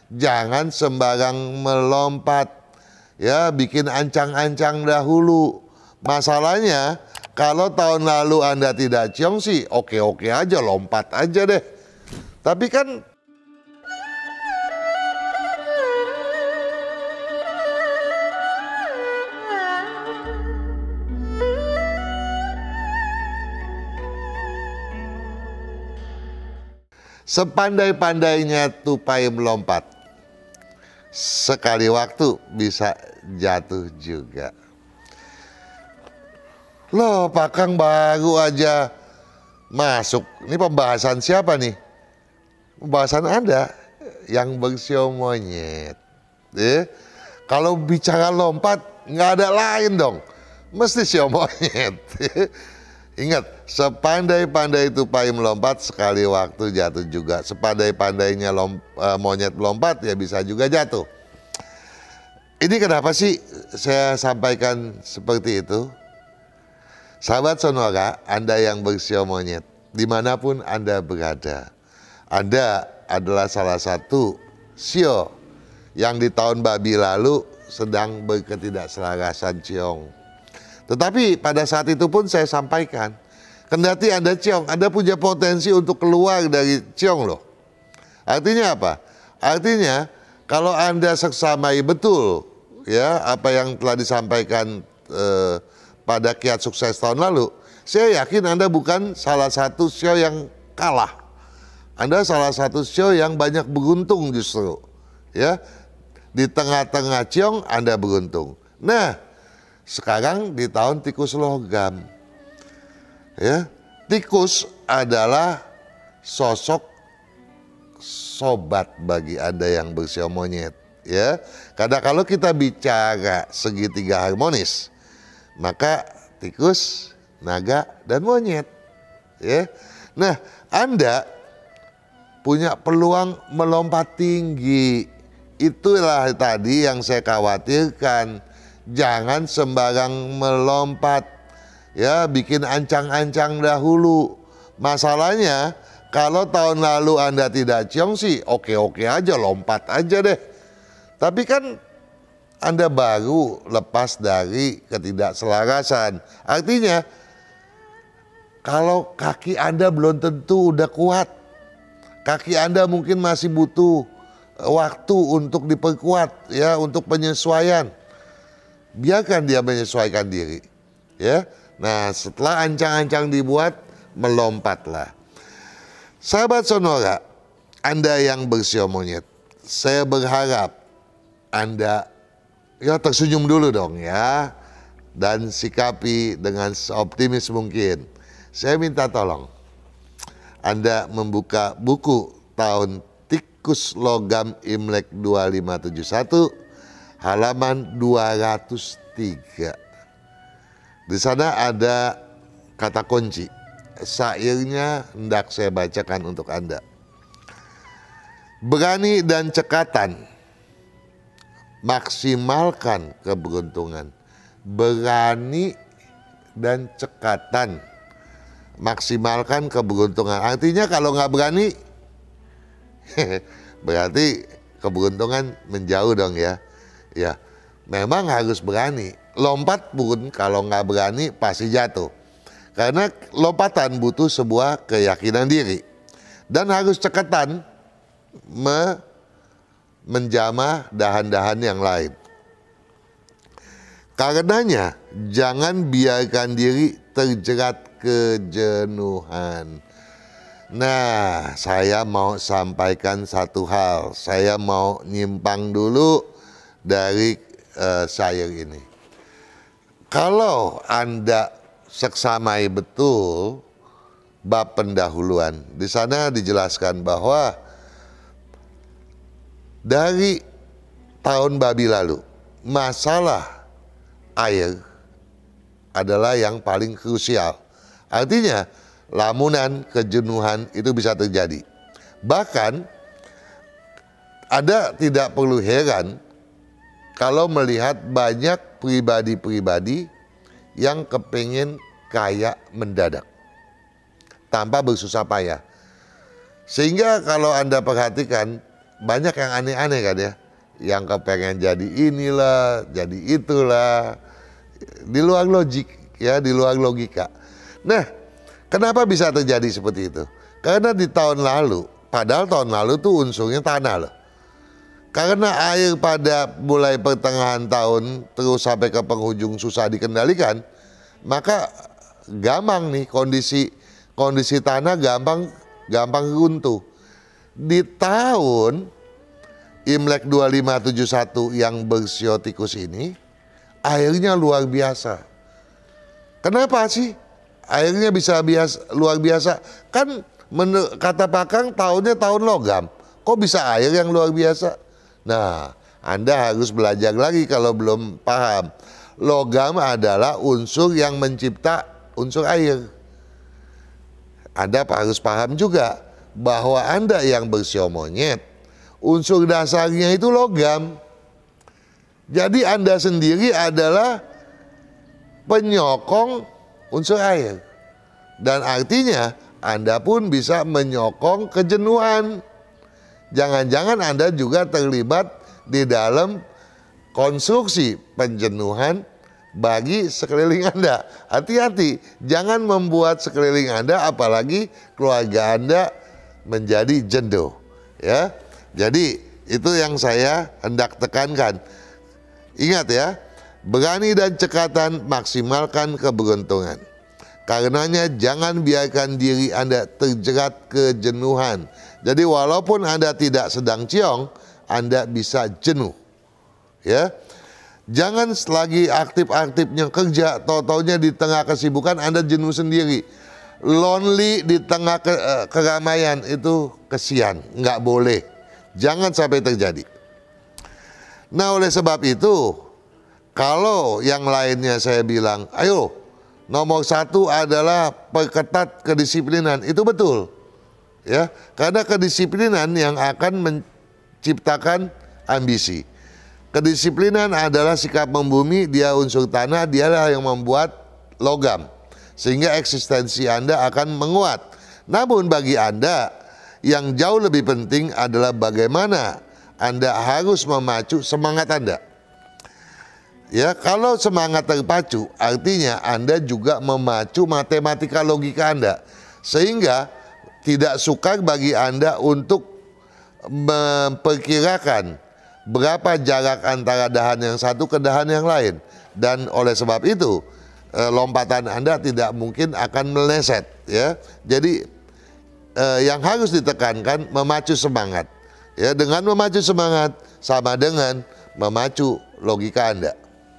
jangan sembarang melompat. Ya, bikin ancang-ancang dahulu. Masalahnya, kalau tahun lalu Anda tidak ciong sih, oke-oke aja, lompat aja deh. Tapi kan sepandai-pandainya tupai melompat, sekali waktu bisa jatuh juga. Loh, Pak Kang baru aja masuk. Ini pembahasan siapa nih? Pembahasan Anda yang bersio monyet. Kalau bicara lompat, nggak ada lain dong. Mesti sio monyet. Ingat, sepandai-pandai tupai melompat, sekali waktu jatuh juga. Sepandai-pandainya monyet melompat, ya bisa juga jatuh. Ini kenapa sih saya sampaikan seperti itu? Sahabat Sonora, Anda yang bersio monyet, dimanapun Anda berada, Anda adalah salah satu sio yang di tahun babi lalu sedang berketidakselarasan ciong. Tetapi pada saat itu pun saya sampaikan, kendati Anda ciong, Anda punya potensi untuk keluar dari ciong loh. Artinya apa? Artinya kalau Anda seksamai betul ya apa yang telah disampaikan pada kiat sukses tahun lalu, saya yakin Anda bukan salah satu sio yang kalah. Anda salah satu sio yang banyak beruntung justru. Ya, di tengah-tengah ciong Anda beruntung. Nah, sekarang di tahun tikus logam, ya, tikus adalah sosok sobat bagi Anda yang bersio monyet, ya. Karena kalau kita bicara segitiga harmonis, maka tikus, naga, dan monyet, ya. Nah, Anda punya peluang melompat tinggi. Itulah tadi yang saya khawatirkan. Jangan sembarang melompat, ya, bikin ancang-ancang dahulu. Masalahnya, kalau tahun lalu Anda tidak ciong sih, oke-oke aja, lompat aja deh. Tapi kan Anda baru lepas dari ketidakselarasan. Artinya, kalau kaki Anda belum tentu udah kuat. Kaki Anda mungkin masih butuh waktu untuk diperkuat, ya, untuk penyesuaian. Biarkan dia menyesuaikan diri, ya. Nah, setelah ancang-ancang dibuat, melompatlah. Sahabat Sonora, Anda yang bersio monyet, saya berharap Anda ya tersenyum dulu dong ya, dan sikapi dengan seoptimis mungkin. Saya minta tolong Anda membuka buku tahun tikus logam Imlek 2571 halaman 203. Di sana ada kata kunci. Syairnya hendak saya bacakan untuk Anda. Berani dan cekatan, maksimalkan keberuntungan. Berani dan cekatan, maksimalkan keberuntungan. Artinya kalau nggak berani, berarti keberuntungan menjauh dong ya. Ya, memang harus berani. Lompat pun kalau nggak berani pasti jatuh. Karena lompatan butuh sebuah keyakinan diri. Dan harus cekatan menjamah dahan-dahan yang lain. Karenanya, jangan biarkan diri terjerat kejenuhan. Nah, saya mau sampaikan satu hal. Saya mau nyimpang dulu dari syair ini. Kalau Anda seksamai betul bab pendahuluan, di sana dijelaskan bahwa dari tahun babi lalu, masalah air adalah yang paling krusial. Artinya, lamunan, kejenuhan itu bisa terjadi. Bahkan, Anda tidak perlu heran kalau melihat banyak pribadi-pribadi yang kepingin kaya mendadak tanpa bersusah payah. Sehingga kalau Anda perhatikan, banyak yang aneh-aneh kan ya. Yang kepengen jadi inilah, jadi itulah. Di luar logik ya, di luar logika. Nah, kenapa bisa terjadi seperti itu? Karena di tahun lalu, padahal tahun lalu tuh unsurnya tanah loh. Karena air pada mulai pertengahan tahun terus sampai ke penghujung susah dikendalikan, maka gampang nih kondisi tanah gampang runtuh. Di tahun Imlek 2571 yang bersio tikus ini, airnya luar biasa. Kenapa sih airnya bisa luar biasa? Kan kata pakang tahunnya tahun logam. Kok bisa air yang luar biasa? Nah, Anda harus belajar lagi kalau belum paham. Logam adalah unsur yang mencipta unsur air. Anda harus paham juga bahwa Anda yang bersio monyet, unsur dasarnya itu logam. Jadi Anda sendiri adalah penyokong unsur air. Dan artinya Anda pun bisa menyokong kejenuhan. Jangan-jangan Anda juga terlibat di dalam konstruksi penjenuhan bagi sekeliling Anda. Hati-hati, jangan membuat sekeliling Anda, apalagi keluarga Anda, menjadi jenuh. Ya, jadi itu yang saya hendak tekankan. Ingat ya, berani dan cekatan maksimalkan keberuntungan. Karenanya jangan biarkan diri Anda terjerat kejenuhan. Jadi walaupun Anda tidak sedang ciong, Anda bisa jenuh. Ya, jangan lagi aktif-aktifnya kerja, tau-taunya di tengah kesibukan Anda jenuh sendiri. Lonely di tengah keramaian itu kesian, nggak boleh. Jangan sampai terjadi. Nah, oleh sebab itu, kalau yang lainnya saya bilang, ayo, nomor satu adalah perketat kedisiplinan, itu betul. Ya, karena kedisiplinan yang akan menciptakan ambisi. Kedisiplinan adalah sikap membumi, dia unsur tanah, dialah yang membuat logam. Sehingga eksistensi Anda akan menguat. Namun bagi Anda, yang jauh lebih penting adalah bagaimana Anda harus memacu semangat Anda. Ya, kalau semangat terpacu, artinya Anda juga memacu matematika logika Anda. Sehingga tidak sukar bagi Anda untuk memperkirakan berapa jarak antara dahan yang satu ke dahan yang lain. Dan oleh sebab itu, lompatan Anda tidak mungkin akan meleset. Ya, jadi yang harus ditekankan memacu semangat. Ya, dengan memacu semangat sama dengan memacu logika Anda.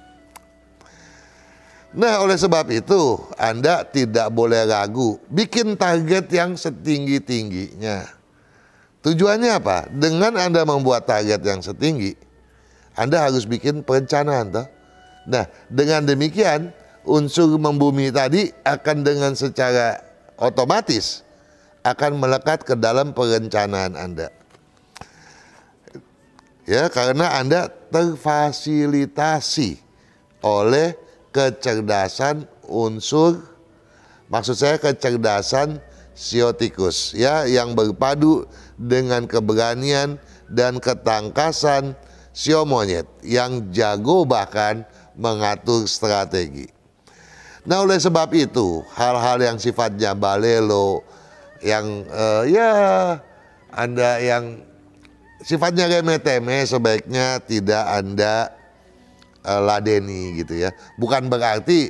Nah, oleh sebab itu Anda tidak boleh ragu, bikin target yang setinggi-tingginya. Tujuannya apa? Dengan Anda membuat target yang setinggi, Anda harus bikin perencanaan toh. Nah, dengan demikian unsur membumi tadi akan dengan secara otomatis akan melekat ke dalam perencanaan Anda. Ya, karena Anda terfasilitasi oleh kecerdasan unsur, maksud saya kecerdasan sio tikus, ya, yang berpadu dengan keberanian dan ketangkasan sio monyet yang jago bahkan mengatur strategi. Nah, oleh sebab itu hal-hal yang sifatnya balelo, yang ya Anda yang sifatnya remeh-temeh sebaiknya tidak Anda ladeni gitu ya. Bukan berarti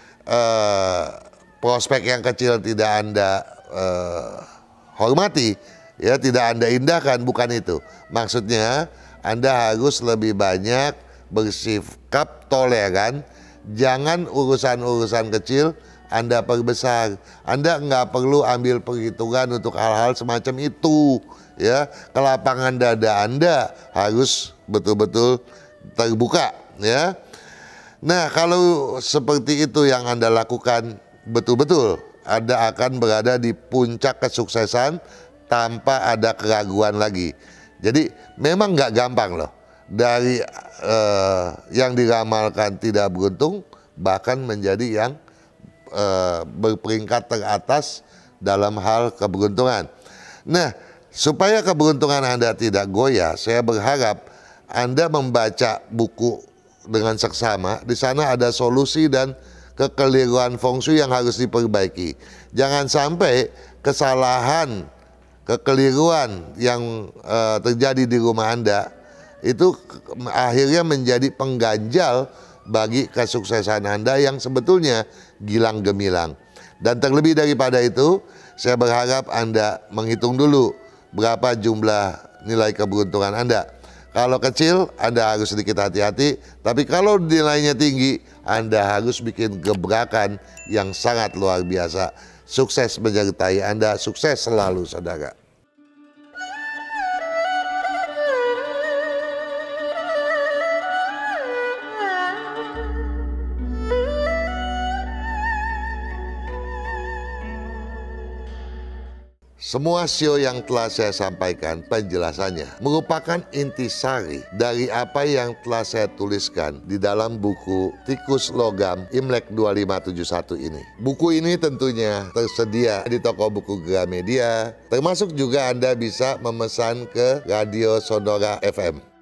prospek yang kecil tidak Anda hormati, ya, tidak Anda indahkan, bukan itu. Maksudnya Anda harus lebih banyak bersikap toleran. Jangan urusan-urusan kecil Anda perbesar. Anda nggak perlu ambil perhitungan untuk hal-hal semacam itu, ya. Kelapangan dada Anda harus betul-betul terbuka, ya. Nah, kalau seperti itu yang Anda lakukan, betul-betul Anda akan berada di puncak kesuksesan tanpa ada keraguan lagi. Jadi memang nggak gampang loh. Dari yang diramalkan tidak beruntung bahkan menjadi yang berperingkat teratas dalam hal keberuntungan. Nah, Supaya keberuntungan Anda tidak goyah, saya berharap Anda membaca buku dengan seksama. Di sana ada solusi dan kekeliruan feng shui yang harus diperbaiki. Jangan sampai kesalahan, kekeliruan yang terjadi di rumah Anda itu akhirnya menjadi pengganjal bagi kesuksesan Anda yang sebetulnya gilang gemilang. Dan terlebih daripada itu, saya berharap Anda menghitung dulu berapa jumlah nilai keberuntungan Anda. Kalau kecil, Anda harus sedikit hati-hati. Tapi kalau nilainya tinggi, Anda harus bikin gebrakan yang sangat luar biasa. Sukses menyertai Anda, sukses selalu saudara. Semua sio yang telah saya sampaikan penjelasannya merupakan intisari dari apa yang telah saya tuliskan di dalam buku Tikus Logam Imlek 2571 ini. Buku ini tentunya tersedia di toko buku Gramedia, termasuk juga Anda bisa memesan ke Radio Sonora FM.